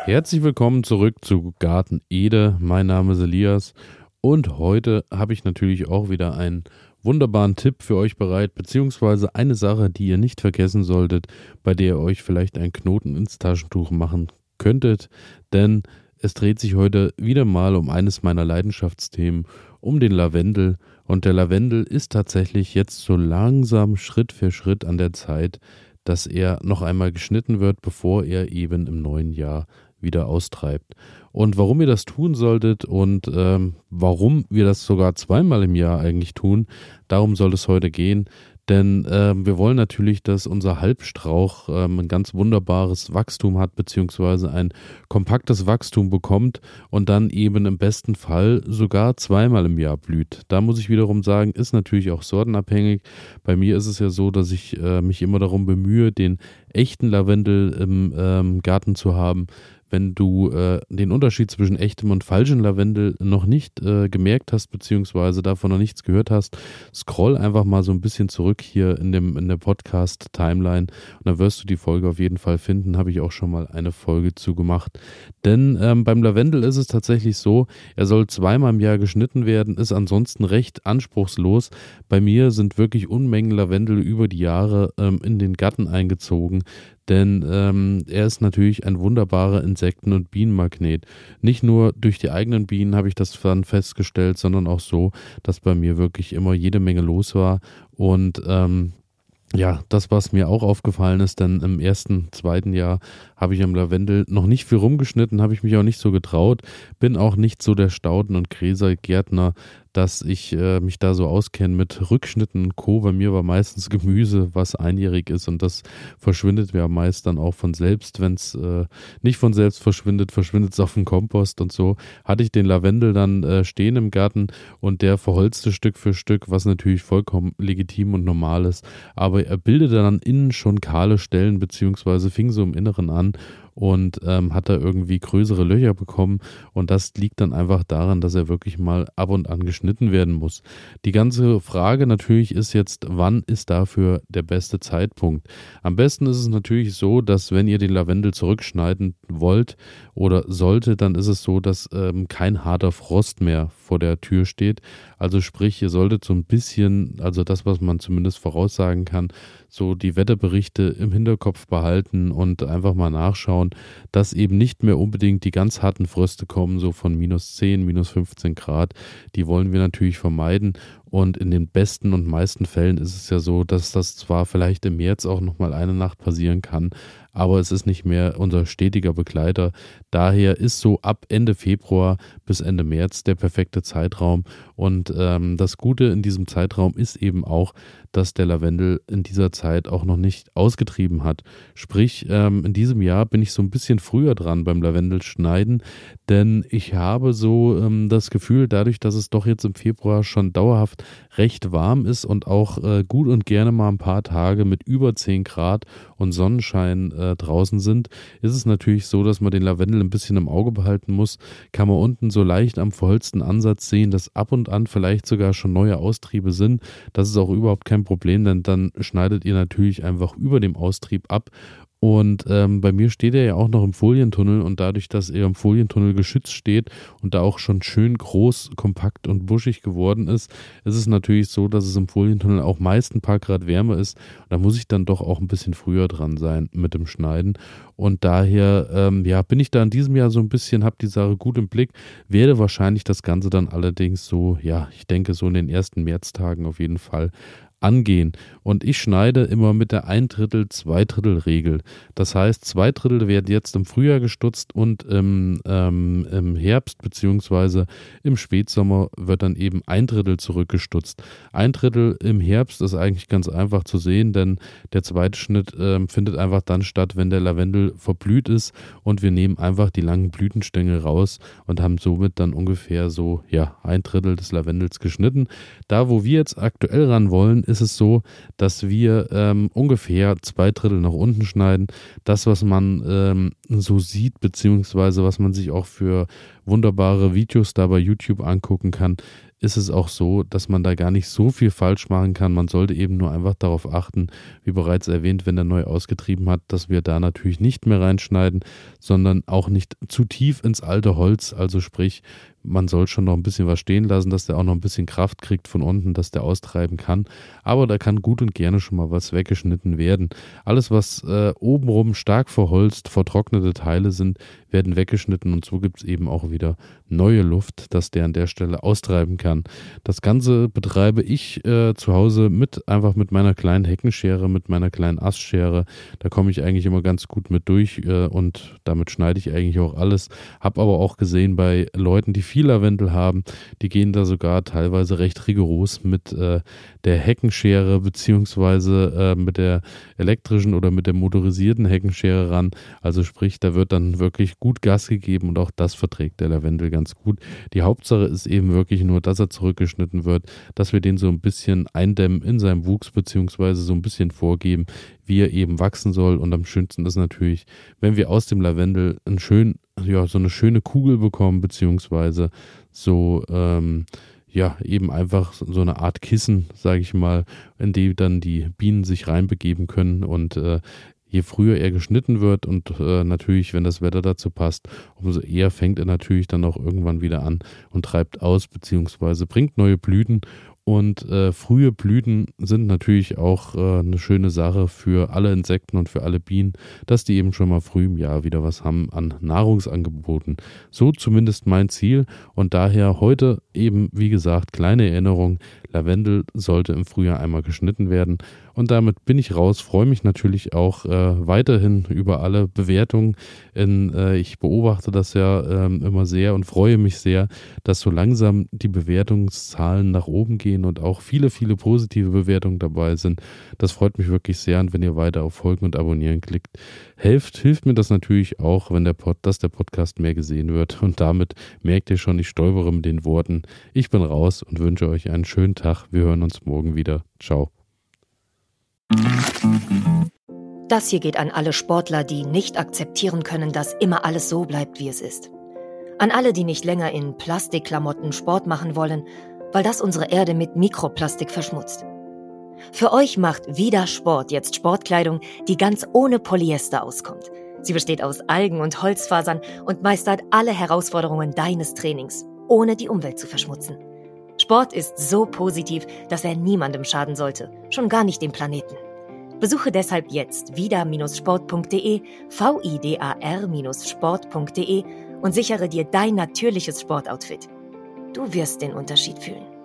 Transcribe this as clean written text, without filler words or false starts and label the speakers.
Speaker 1: Herzlich willkommen zurück zu Garten Ede. Mein Name ist Elias und heute habe ich natürlich auch wieder einen wunderbaren Tipp für euch bereit, beziehungsweise eine Sache, die ihr nicht vergessen solltet, bei der ihr euch vielleicht einen Knoten ins Taschentuch machen könntet, denn es dreht sich heute wieder mal um eines meiner Leidenschaftsthemen, um den Lavendel. Und der Lavendel ist tatsächlich jetzt so langsam Schritt für Schritt an der Zeit, dass er noch einmal geschnitten wird, bevor er eben im neuen Jahr wieder austreibt. Und warum ihr das tun solltet und warum wir das sogar zweimal im Jahr eigentlich tun, darum soll es heute gehen. Denn wir wollen natürlich, dass unser Halbstrauch ein ganz wunderbares Wachstum hat, beziehungsweise ein kompaktes Wachstum bekommt und dann eben im besten Fall sogar zweimal im Jahr blüht. Da muss ich wiederum sagen, ist natürlich auch sortenabhängig. Bei mir ist es ja so, dass ich mich immer darum bemühe, den echten Lavendel im Garten zu haben. Wenn du den Unterschied zwischen echtem und falschem Lavendel noch nicht gemerkt hast, beziehungsweise davon noch nichts gehört hast, scroll einfach mal so ein bisschen zurück hier in der Podcast-Timeline und dann wirst du die Folge auf jeden Fall finden, habe ich auch schon mal eine Folge zu gemacht. Denn beim Lavendel ist es tatsächlich so, er soll zweimal im Jahr geschnitten werden, ist ansonsten recht anspruchslos. Bei mir sind wirklich Unmengen Lavendel über die Jahre in den Garten eingezogen. Denn er ist natürlich ein wunderbarer Insekten- und Bienenmagnet. Nicht nur durch die eigenen Bienen habe ich das dann festgestellt, sondern auch so, dass bei mir wirklich immer jede Menge los war. Und ja, das, was mir auch aufgefallen ist, denn im ersten, zweiten Jahr habe ich am Lavendel noch nicht viel rumgeschnitten, habe ich mich auch nicht so getraut, bin auch nicht so der Stauden- und Gräsergärtner, dass ich mich da so auskenne mit Rückschnitten und Co. Bei mir war meistens Gemüse, was einjährig ist und das verschwindet ja meist dann auch von selbst. Wenn es nicht von selbst verschwindet, verschwindet es auf dem Kompost und so. Hatte ich den Lavendel dann stehen im Garten und der verholzte Stück für Stück, was natürlich vollkommen legitim und normal ist. Aber er bildete dann innen schon kahle Stellen, beziehungsweise fing so im Inneren an und hat da irgendwie größere Löcher bekommen und das liegt dann einfach daran, dass er wirklich mal ab und an geschnitten werden muss. Die ganze Frage natürlich ist jetzt, wann ist dafür der beste Zeitpunkt? Am besten ist es natürlich so, dass wenn ihr den Lavendel zurückschneiden wollt oder sollte, dann ist es so, dass kein harter Frost mehr vor der Tür steht. Also sprich, ihr solltet so ein bisschen, also das, was man zumindest voraussagen kann, so die Wetterberichte im Hinterkopf behalten und einfach mal nachschauen, dass eben nicht mehr unbedingt die ganz harten Fröste kommen, so von -10, -15 Grad. Die wollen wir natürlich vermeiden. Und in den besten und meisten Fällen ist es ja so, dass das zwar vielleicht im März auch nochmal eine Nacht passieren kann, aber es ist nicht mehr unser stetiger Begleiter. Daher ist so ab Ende Februar bis Ende März der perfekte Zeitraum. Und das Gute in diesem Zeitraum ist eben auch, dass der Lavendel in dieser Zeit auch noch nicht ausgetrieben hat. Sprich, in diesem Jahr bin ich so ein bisschen früher dran beim Lavendelschneiden, denn ich habe so das Gefühl, dadurch, dass es doch jetzt im Februar schon dauerhaft recht warm ist und auch gut und gerne mal ein paar Tage mit über 10 Grad und Sonnenschein draußen sind, ist es natürlich so, dass man den Lavendel ein bisschen im Auge behalten muss. Kann man unten so leicht am verholzten Ansatz sehen, dass ab und an vielleicht sogar schon neue Austriebe sind. Das ist auch überhaupt kein Problem, denn dann schneidet ihr natürlich einfach über dem Austrieb ab. Und bei mir steht er ja auch noch im Folientunnel und dadurch, dass er im Folientunnel geschützt steht und da auch schon schön groß, kompakt und buschig geworden ist, ist es natürlich so, dass es im Folientunnel auch meist ein paar Grad wärmer ist. Da muss ich dann doch auch ein bisschen früher dran sein mit dem Schneiden. Und daher ja, bin ich da in diesem Jahr so ein bisschen, habe die Sache gut im Blick, werde wahrscheinlich das Ganze dann allerdings so, ja, ich denke so in den ersten Märztagen auf jeden Fall angehen. Und ich schneide immer mit der 1/3, 2/3 Regel. Das heißt, 2/3 werden jetzt im Frühjahr gestutzt und im Herbst bzw. im Spätsommer wird dann eben 1/3 zurückgestutzt. 1/3 im Herbst ist eigentlich ganz einfach zu sehen, denn der zweite Schnitt findet einfach dann statt, wenn der Lavendel verblüht ist und wir nehmen einfach die langen Blütenstängel raus und haben somit dann ungefähr so, ja, 1/3 des Lavendels geschnitten. Da, wo wir jetzt aktuell ran wollen, ist es so, dass wir ungefähr 2/3 nach unten schneiden. Das, was man so sieht, beziehungsweise was man sich auch für wunderbare Videos da bei YouTube angucken kann, ist es auch so, dass man da gar nicht so viel falsch machen kann. Man sollte eben nur einfach darauf achten, wie bereits erwähnt, wenn er neu ausgetrieben hat, dass wir da natürlich nicht mehr reinschneiden, sondern auch nicht zu tief ins alte Holz. Also sprich, man soll schon noch ein bisschen was stehen lassen, dass der auch noch ein bisschen Kraft kriegt von unten, dass der austreiben kann. Aber da kann gut und gerne schon mal was weggeschnitten werden. Alles, was obenrum stark verholzt, vertrocknete Teile sind, werden weggeschnitten und so gibt es eben auch wieder neue Luft, dass der an der Stelle austreiben kann. Das Ganze betreibe ich zu Hause einfach mit meiner kleinen Heckenschere, mit meiner kleinen Astschere. Da komme ich eigentlich immer ganz gut mit durch und damit schneide ich eigentlich auch alles. Habe aber auch gesehen bei Leuten, die viel Lavendel haben, die gehen da sogar teilweise recht rigoros mit der Heckenschere beziehungsweise mit der elektrischen oder mit der motorisierten Heckenschere ran. Also sprich, da wird dann wirklich gut Gas gegeben und auch das verträgt der Lavendel ganz gut. Die Hauptsache ist eben wirklich nur, dass er zurückgeschnitten wird, dass wir den so ein bisschen eindämmen in seinem Wuchs beziehungsweise so ein bisschen vorgeben, wie er eben wachsen soll. Und am schönsten ist natürlich, wenn wir aus dem Lavendel so eine schöne Kugel bekommen, beziehungsweise so, eben einfach so eine Art Kissen, sage ich mal, in die dann die Bienen sich reinbegeben können und je früher er geschnitten wird und natürlich, wenn das Wetter dazu passt, umso eher fängt er natürlich dann auch irgendwann wieder an und treibt aus, beziehungsweise bringt neue Blüten. Und frühe Blüten sind natürlich auch eine schöne Sache für alle Insekten und für alle Bienen, dass die eben schon mal früh im Jahr wieder was haben an Nahrungsangeboten. So zumindest mein Ziel und daher heute eben, wie gesagt, kleine Erinnerung, Lavendel sollte im Frühjahr einmal geschnitten werden. Und damit bin ich raus, freue mich natürlich auch weiterhin über alle Bewertungen. Ich beobachte das ja immer sehr und freue mich sehr, dass so langsam die Bewertungszahlen nach oben gehen und auch viele, viele positive Bewertungen dabei sind. Das freut mich wirklich sehr und wenn ihr weiter auf Folgen und Abonnieren klickt, hilft mir das natürlich auch, wenn dass der Podcast mehr gesehen wird. Und damit merkt ihr schon, ich stolpere mit den Worten. Ich bin raus und wünsche euch einen schönen Tag. Wir hören uns morgen wieder. Ciao.
Speaker 2: Das hier geht an alle Sportler, die nicht akzeptieren können, dass immer alles so bleibt, wie es ist. An alle, die nicht länger in Plastikklamotten Sport machen wollen, weil das unsere Erde mit Mikroplastik verschmutzt. Für euch macht Vida Sport jetzt Sportkleidung, die ganz ohne Polyester auskommt. Sie besteht aus Algen und Holzfasern und meistert alle Herausforderungen deines Trainings, ohne die Umwelt zu verschmutzen. Sport ist so positiv, dass er niemandem schaden sollte, schon gar nicht dem Planeten. Besuche deshalb jetzt vida-sport.de, vidar-sport.de und sichere dir dein natürliches Sportoutfit. Du wirst den Unterschied fühlen.